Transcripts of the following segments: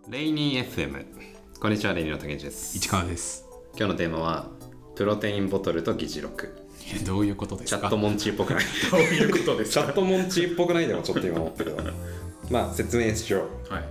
レイニー FM。 こんにちは、レイニーの竹内です。 市川です。 今日のテーマはプロテインボトルと議事録。 どういうことですか？ チャットモンチーっぽくない？ どういうことですか？ チャットモンチーっぽくないでもちょっと今思ったけどまあ説明しよう。 はい。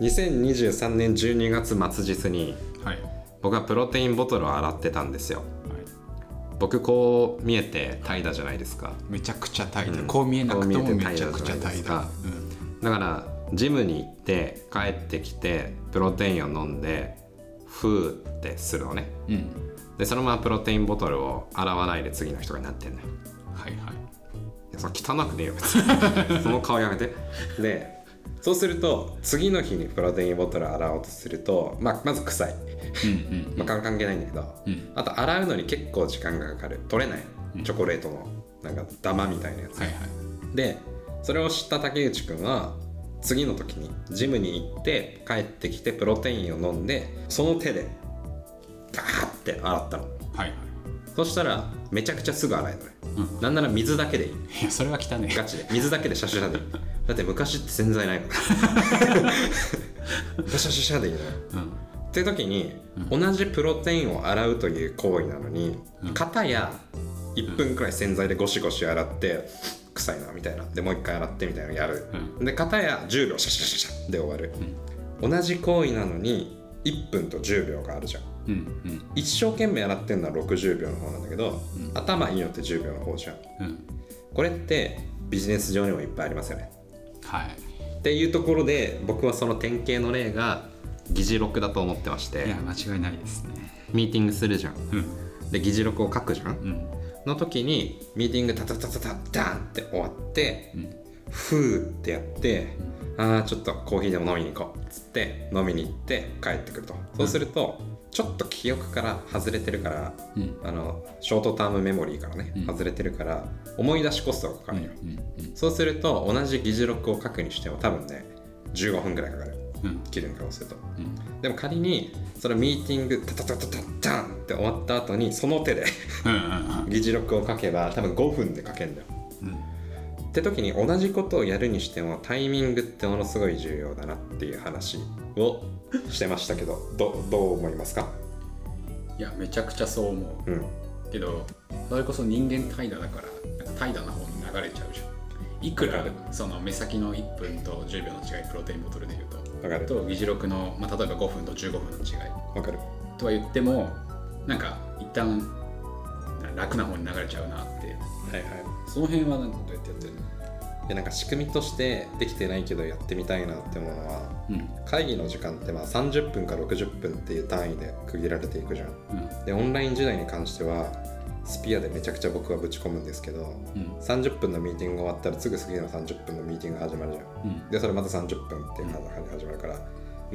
2023年12月末日に、 はい、 僕はプロテインボトルを洗ってたんですよ。僕こう見えて怠惰じゃないですか。 めちゃくちゃ怠惰、こう見えなくてもめちゃくちゃ怠惰、 だからジムに行って帰ってきてプロテインを飲んでフーってするのね、でそのままプロテインボトルを洗わないで次の人がなってんのよ。 はいはい。いや、それ汚くねえよ別にその顔やめて。でそうすると次の日にプロテインボトルを洗おうとすると、まず臭い、関係ないんだけど、あと洗うのに結構時間がかかる、取れない、チョコレートのなんかダマみたいなやつ、でそれを知った竹内くんは次の時にジムに行って帰ってきてプロテインを飲んでその手でガーって洗ったの。そしたらめちゃくちゃすぐ洗えるのね、なんなら水だけでいい。 いやそれは汚ねえ。 ガチで水だけでシャシャシャでいい。だって昔って洗剤ないからシャシャシャシャでいいのよ、って時に、同じプロテインを洗うという行為なのに、片や1分くらい洗剤でゴシゴシ洗って臭いなみたいなでもう一回洗ってみたいなのやる、で片や10秒シャシャシャシャで終わる、同じ行為なのに1分と10秒があるじゃん、一生懸命洗ってんのは60秒の方なんだけど、頭いいのって10秒の方じゃん、これってビジネス上にもいっぱいありますよね。っていうところで僕はその典型の例が議事録だと思ってまして。 いや間違いないですね。 ミーティングするじゃん、で議事録を書くじゃん、の時にミーティングタタタタタダンって終わって、フーってやって、ちょっとコーヒーでも飲みに行こうっつって飲みに行って帰ってくると、そうするとちょっと記憶から外れてるから、ショートタームメモリーからね、外れてるから思い出しコストがかかるよ、そうすると同じ議事録を書くにしても多分ね15分くらいかかる、基準からすると、でも仮にそのミーティングタタタタタタンって終わった後にその手で議事録を書けば多分5分で書けるんだよ、って時に同じことをやるにしてもタイミングってものすごい重要だなっていう話をしてましたけどどう思いますか？ いやめちゃくちゃそう思う、けどそれこそ人間怠惰だからなんか怠惰な方に流れちゃうじゃん。いくらその目先の1分と10秒の違いプロテインボトルでいうと分かると議事録の、例えば5分と15分の違い分かるとは言ってもなんか一旦楽な方に流れちゃうなって、その辺はなんかどうやってやってるの？ なんか仕組みとしてできてないけどやってみたいなって思うのは、会議の時間って30分か60分っていう単位で区切られていくじゃん、でオンライン時代に関してはスピアでめちゃくちゃ僕はぶち込むんですけど、30分のミーティング終わったらすぐ次の30分のミーティングが始まるじゃん、でそれまた30分っていう感じで始まるから、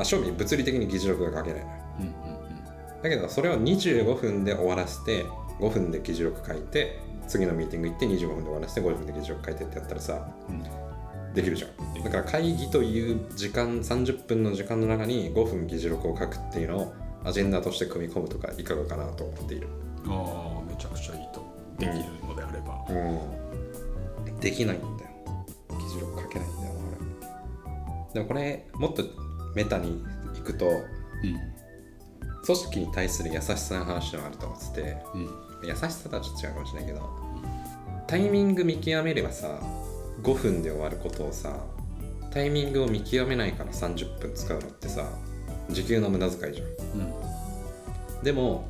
正味物理的に議事録が書けないのよ、だけどそれを25分で終わらせて5分で議事録書いて次のミーティング行って25分で終わらせて5分で議事録書いてってやったらさ、できるじゃん。だから会議という時間30分の時間の中に5分議事録を書くっていうのをアジェンダとして組み込むとかいかがかなと思っている。 めちゃくちゃいいとできるのであれば、 できないんだよ、議事録書けないんだよ俺。でもこれもっとメタにいくと、組織に対する優しさの話もあると思ってて、優しさとはちょっと違うかもしれないけど、タイミング見極めればさ5分で終わることをさ、タイミングを見極めないから30分使うのってさ時給の無駄遣いじゃん、でも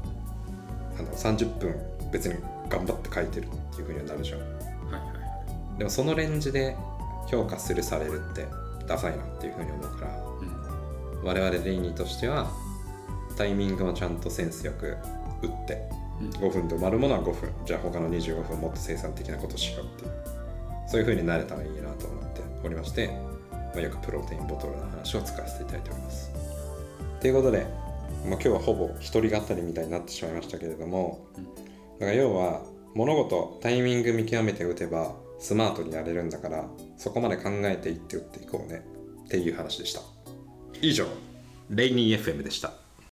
30分別に頑張って書いてるっていう風にはなるじゃん、でもそのレンジで評価するされるってダサいなっていう風に思うから、我々レイニーとしてはタイミングもちゃんとセンスよく打って、5分で埋まるものは5分、じゃあ他の25分もっと生産的なことしようっていう、そういう風になれたらいいなと思っておりまして、よくプロテインボトルの話を使わせていただいております。ということで、今日はほぼ一人語りみたいになってしまいましたけれども、だから要は物事タイミング見極めて打てばスマートにやれるんだから、そこまで考えていって打っていこうねっていう話でした。以上レイニー FM でした。